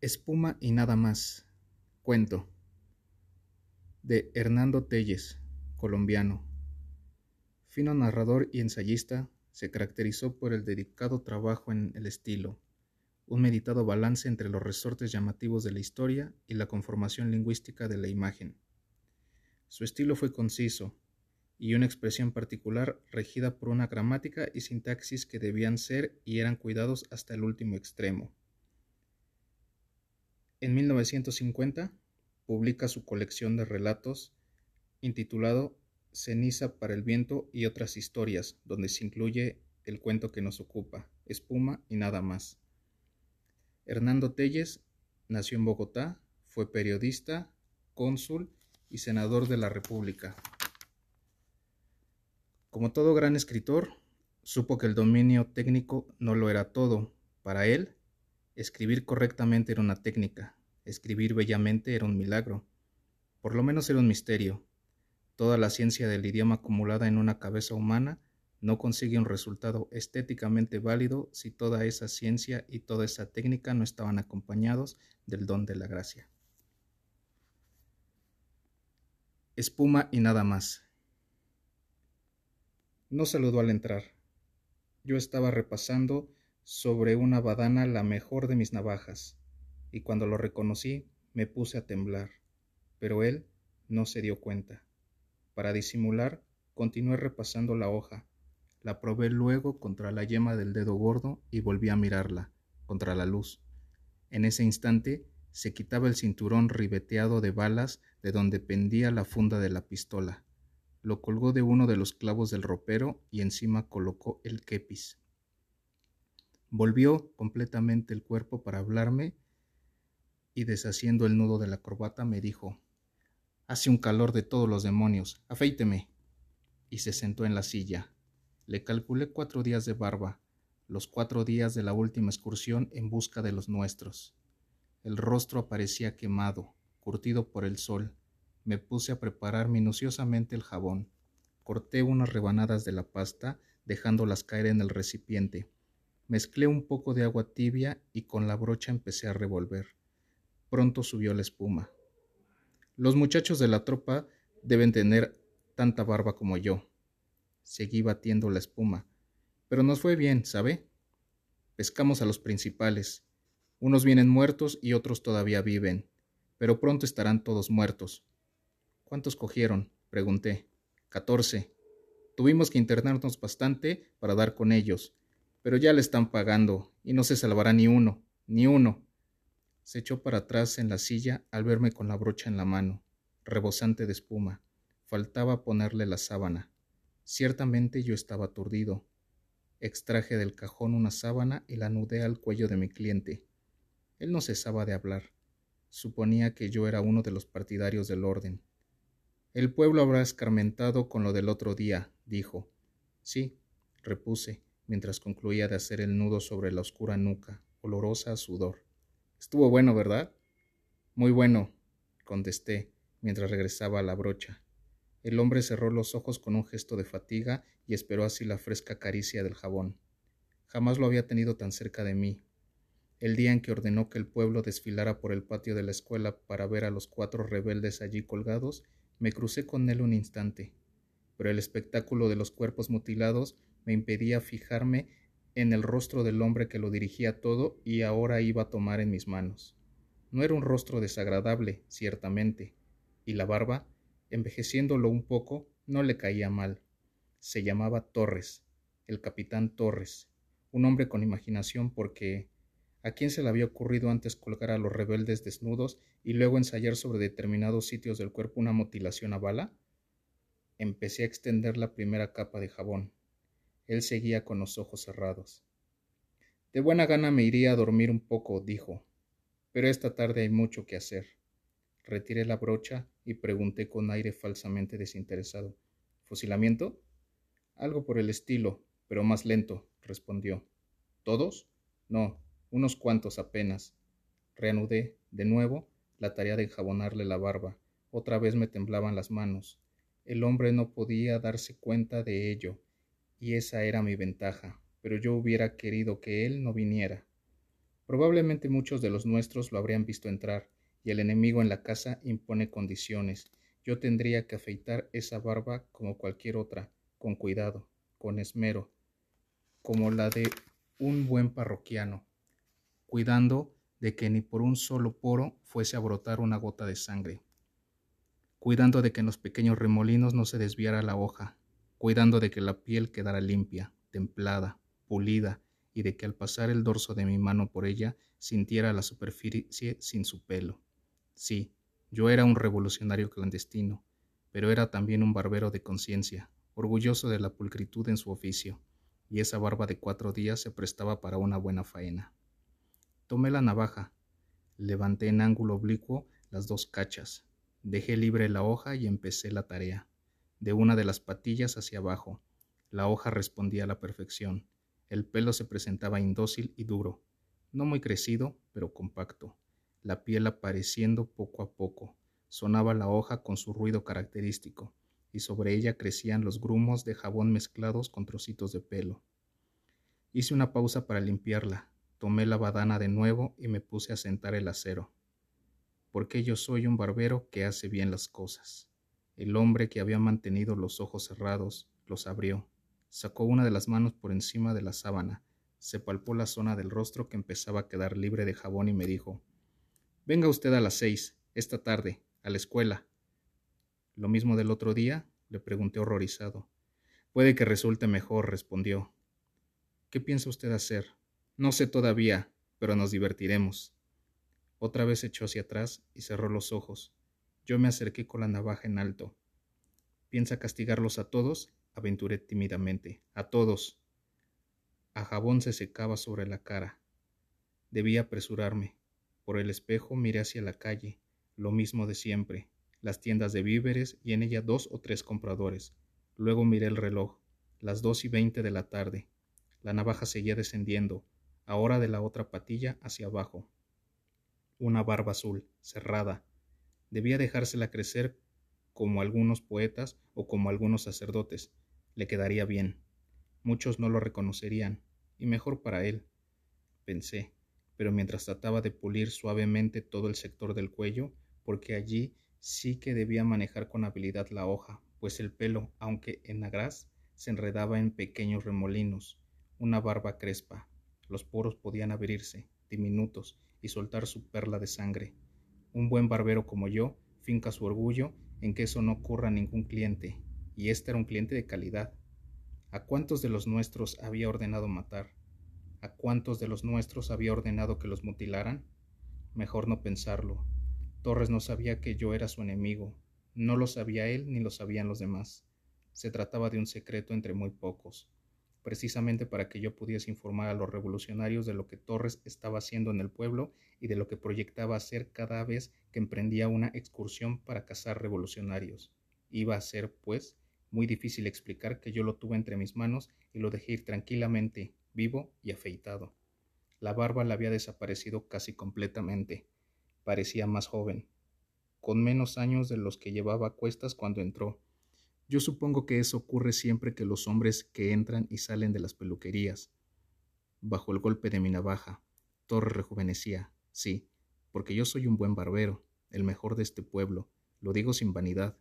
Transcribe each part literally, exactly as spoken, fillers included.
Espuma y nada más. Cuento. De Hernando Telles, colombiano. Fino narrador y ensayista, se caracterizó por el dedicado trabajo en el estilo, un meditado balance entre los resortes llamativos de la historia y la conformación lingüística de la imagen. Su estilo fue conciso, y una expresión particular regida por una gramática y sintaxis que debían ser y eran cuidados hasta el último extremo. En mil novecientos cincuenta publica su colección de relatos intitulado Ceniza para el viento y otras historias, donde se incluye el cuento que nos ocupa, Espuma y nada más. Hernando Telles nació en Bogotá, fue periodista, cónsul y senador de la República. Como todo gran escritor, supo que el dominio técnico no lo era todo. Para él, escribir correctamente era una técnica, escribir bellamente era un milagro, por lo menos era un misterio. Toda la ciencia del idioma acumulada en una cabeza humana no consigue un resultado estéticamente válido si toda esa ciencia y toda esa técnica no estaban acompañados del don de la gracia. Espuma y nada más. No saludó al entrar. Yo estaba repasando sobre una badana la mejor de mis navajas, y cuando lo reconocí me puse a temblar, pero él no se dio cuenta. Para disimular, continué repasando la hoja, la probé luego contra la yema del dedo gordo y volví a mirarla, contra la luz. En ese instante se quitaba el cinturón ribeteado de balas de donde pendía la funda de la pistola. Lo colgó de uno de los clavos del ropero y encima colocó el kepis. Volvió completamente el cuerpo para hablarme y deshaciendo el nudo de la corbata me dijo: «Hace un calor de todos los demonios, afeíteme». Y se sentó en la silla. Le calculé cuatro días de barba, los cuatro días de la última excursión en busca de los nuestros. El rostro aparecía quemado, curtido por el sol. Me puse a preparar minuciosamente el jabón. Corté unas rebanadas de la pasta, dejándolas caer en el recipiente. Mezclé un poco de agua tibia y con la brocha empecé a revolver. Pronto subió la espuma. Los muchachos de la tropa deben tener tanta barba como yo. Seguí batiendo la espuma, pero nos fue bien, ¿sabe? Pescamos a los principales. Unos vienen muertos y otros todavía viven, pero pronto estarán todos muertos. ¿Cuántos cogieron?, pregunté. Catorce. Tuvimos que internarnos bastante para dar con ellos, pero ya le están pagando y no se salvará ni uno, ni uno. Se echó para atrás en la silla al verme con la brocha en la mano, rebosante de espuma. Faltaba ponerle la sábana. Ciertamente yo estaba aturdido. Extraje del cajón una sábana y la anudé al cuello de mi cliente. Él no cesaba de hablar. Suponía que yo era uno de los partidarios del orden. «El pueblo habrá escarmentado con lo del otro día», dijo. «Sí», repuse, mientras concluía de hacer el nudo sobre la oscura nuca, olorosa a sudor. «Estuvo bueno, ¿verdad?» «Muy bueno», contesté, mientras regresaba a la brocha. El hombre cerró los ojos con un gesto de fatiga y esperó así la fresca caricia del jabón. Jamás lo había tenido tan cerca de mí. El día en que ordenó que el pueblo desfilara por el patio de la escuela para ver a los cuatro rebeldes allí colgados, me crucé con él un instante, pero el espectáculo de los cuerpos mutilados me impedía fijarme en el rostro del hombre que lo dirigía todo y ahora iba a tomar en mis manos. No era un rostro desagradable, ciertamente, y la barba, envejeciéndolo un poco, no le caía mal. Se llamaba Torres, el capitán Torres, un hombre con imaginación porque ¿a quién se le había ocurrido antes colgar a los rebeldes desnudos y luego ensayar sobre determinados sitios del cuerpo una mutilación a bala? Empecé a extender la primera capa de jabón. Él seguía con los ojos cerrados. «De buena gana me iría a dormir un poco», dijo, «pero esta tarde hay mucho que hacer». Retiré la brocha y pregunté con aire falsamente desinteresado: «¿Fusilamiento?» «Algo por el estilo, pero más lento», respondió. «¿Todos?» «No, unos cuantos apenas». Reanudé, de nuevo, la tarea de enjabonarle la barba. Otra vez me temblaban las manos. El hombre no podía darse cuenta de ello, y esa era mi ventaja, pero yo hubiera querido que él no viniera. Probablemente muchos de los nuestros lo habrían visto entrar, y el enemigo en la casa impone condiciones. Yo tendría que afeitar esa barba como cualquier otra, con cuidado, con esmero, como la de un buen parroquiano, cuidando de que ni por un solo poro fuese a brotar una gota de sangre, cuidando de que en los pequeños remolinos no se desviara la hoja, cuidando de que la piel quedara limpia, templada, pulida, y de que al pasar el dorso de mi mano por ella sintiera la superficie sin su pelo. Sí, yo era un revolucionario clandestino, pero era también un barbero de conciencia, orgulloso de la pulcritud en su oficio, y esa barba de cuatro días se prestaba para una buena faena. Tomé la navaja, levanté en ángulo oblicuo las dos cachas, dejé libre la hoja y empecé la tarea. De una de las patillas hacia abajo, la hoja respondía a la perfección. El pelo se presentaba indócil y duro, no muy crecido, pero compacto. La piel apareciendo poco a poco. Sonaba la hoja con su ruido característico, y sobre ella crecían los grumos de jabón mezclados con trocitos de pelo. Hice una pausa para limpiarla, tomé la badana de nuevo y me puse a sentar el acero. Porque yo soy un barbero que hace bien las cosas. El hombre que había mantenido los ojos cerrados los abrió, sacó una de las manos por encima de la sábana, se palpó la zona del rostro que empezaba a quedar libre de jabón y me dijo: «Venga usted a las seis, esta tarde, a la escuela». «¿Lo mismo del otro día?», le pregunté horrorizado. «Puede que resulte mejor», respondió. «¿Qué piensa usted hacer?» «No sé todavía, pero nos divertiremos». Otra vez echó hacia atrás y cerró los ojos. Yo me acerqué con la navaja en alto. «¿Piensa castigarlos a todos?», aventuré tímidamente. «A todos». A jabón se secaba sobre la cara. Debía apresurarme. Por el espejo miré hacia la calle, lo mismo de siempre, las tiendas de víveres y en ella dos o tres compradores. Luego miré el reloj, las dos y veinte de la tarde. La navaja seguía descendiendo, ahora de la otra patilla hacia abajo. Una barba azul, cerrada. Debía dejársela crecer como algunos poetas o como algunos sacerdotes. Le quedaría bien. Muchos no lo reconocerían, y mejor para él, pensé, pero mientras trataba de pulir suavemente todo el sector del cuello, porque allí sí que debía manejar con habilidad la hoja, pues el pelo, aunque en agraz, se enredaba en pequeños remolinos, una barba crespa. Los poros podían abrirse, diminutos, y soltar su perla de sangre. Un buen barbero como yo finca su orgullo en que eso no ocurra a ningún cliente, y este era un cliente de calidad. ¿A cuántos de los nuestros había ordenado matar? ¿A cuántos de los nuestros había ordenado que los mutilaran? Mejor no pensarlo. Torres no sabía que yo era su enemigo. No lo sabía él ni lo sabían los demás. Se trataba de un secreto entre muy pocos, precisamente para que yo pudiese informar a los revolucionarios de lo que Torres estaba haciendo en el pueblo y de lo que proyectaba hacer cada vez que emprendía una excursión para cazar revolucionarios. Iba a ser, pues, muy difícil explicar que yo lo tuve entre mis manos y lo dejé ir tranquilamente, vivo y afeitado. La barba le había desaparecido casi completamente. Parecía más joven, con menos años de los que llevaba a cuestas cuando entró. Yo supongo que eso ocurre siempre que los hombres que entran y salen de las peluquerías. Bajo el golpe de mi navaja, Torres rejuvenecía, sí, porque yo soy un buen barbero, el mejor de este pueblo, lo digo sin vanidad.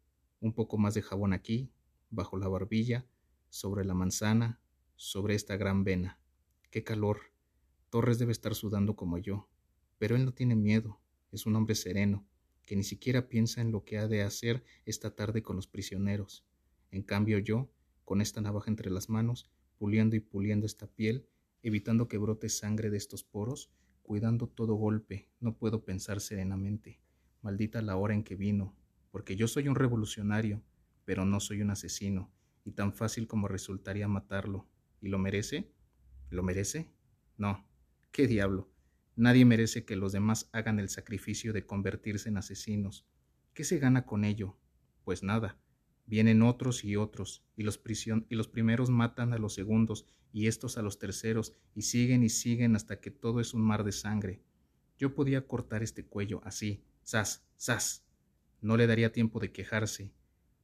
Un poco más de jabón aquí, bajo la barbilla, sobre la manzana, sobre esta gran vena. ¡Qué calor! Torres debe estar sudando como yo, pero él no tiene miedo, es un hombre sereno, que ni siquiera piensa en lo que ha de hacer esta tarde con los prisioneros. En cambio yo, con esta navaja entre las manos, puliendo y puliendo esta piel, evitando que brote sangre de estos poros, cuidando todo golpe, no puedo pensar serenamente. Maldita la hora en que vino, porque yo soy un revolucionario, pero no soy un asesino, y tan fácil como resultaría matarlo. ¿Y lo merece? ¿Lo merece? No. ¿Qué diablo? Nadie merece que los demás hagan el sacrificio de convertirse en asesinos. ¿Qué se gana con ello? Pues nada. Vienen otros y otros, y los, prisión, y los primeros matan a los segundos, y estos a los terceros, y siguen y siguen hasta que todo es un mar de sangre. Yo podía cortar este cuello así, zas, zas. No le daría tiempo de quejarse,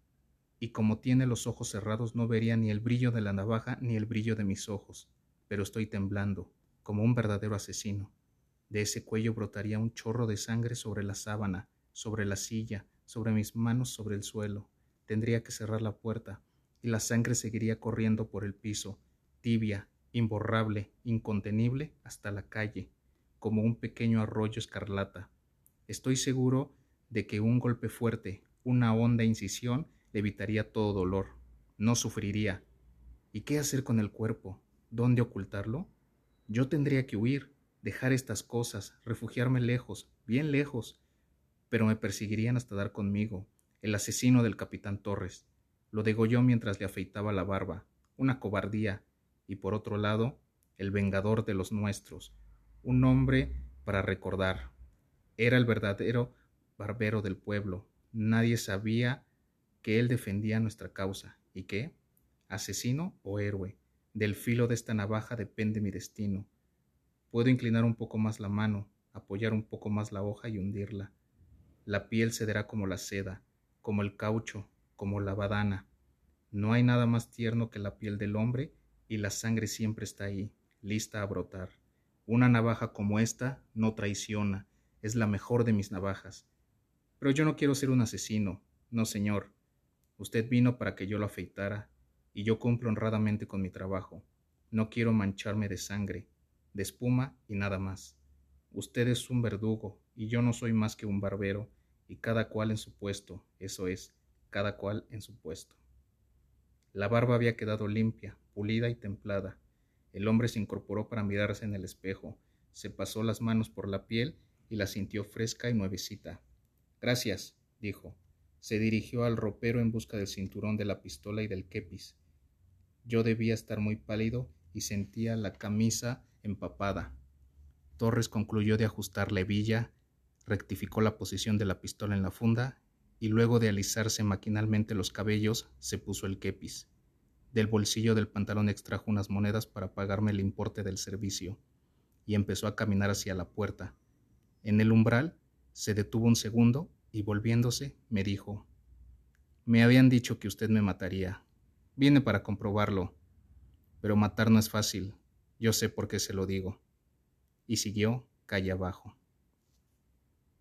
y como tiene los ojos cerrados no vería ni el brillo de la navaja ni el brillo de mis ojos. Pero estoy temblando. como un verdadero asesino. De ese cuello brotaría un chorro de sangre sobre la sábana, sobre la silla, sobre mis manos, sobre el suelo. Tendría que cerrar la puerta, y la sangre seguiría corriendo por el piso, tibia, imborrable, incontenible, hasta la calle, como un pequeño arroyo escarlata. Estoy seguro de que un golpe fuerte, una honda incisión, le evitaría todo dolor. No sufriría. ¿Y qué hacer con el cuerpo? ¿Dónde ocultarlo? Yo tendría que huir, dejar estas cosas, refugiarme lejos, bien lejos, pero me perseguirían hasta dar conmigo, el asesino del capitán Torres. Lo degolló mientras le afeitaba la barba, una cobardía, y por otro lado, el vengador de los nuestros, un hombre para recordar. Era el verdadero barbero del pueblo. Nadie sabía que él defendía nuestra causa. ¿Y qué? ¿Asesino o héroe? Del filo de esta navaja depende mi destino. Puedo inclinar un poco más la mano, apoyar un poco más la hoja y hundirla. La piel cederá como la seda, como el caucho, como la badana. No hay nada más tierno que la piel del hombre, y la sangre siempre está ahí, lista a brotar. Una navaja como esta no traiciona, es la mejor de mis navajas. Pero yo no quiero ser un asesino, no señor. Usted vino para que yo lo afeitara, y yo cumplo honradamente con mi trabajo. No quiero mancharme de sangre, de espuma y nada más. Usted es un verdugo, y yo no soy más que un barbero, y cada cual en su puesto, eso es, cada cual en su puesto. La barba había quedado limpia, pulida y templada. El hombre se incorporó para mirarse en el espejo, se pasó las manos por la piel y la sintió fresca y nuevecita. Gracias, dijo. Se dirigió al ropero en busca del cinturón de la pistola y del kepis. Yo debía estar muy pálido y sentía la camisa empapada. Torres concluyó de ajustar la hebilla, rectificó la posición de la pistola en la funda y luego de alisarse maquinalmente los cabellos, se puso el kepis. Del bolsillo del pantalón extrajo unas monedas para pagarme el importe del servicio y empezó a caminar hacia la puerta. En el umbral se detuvo un segundo y volviéndose me dijo: «Me habían dicho que usted me mataría. Vine para comprobarlo. Pero matar no es fácil. Yo sé por qué se lo digo». Y siguió calle abajo.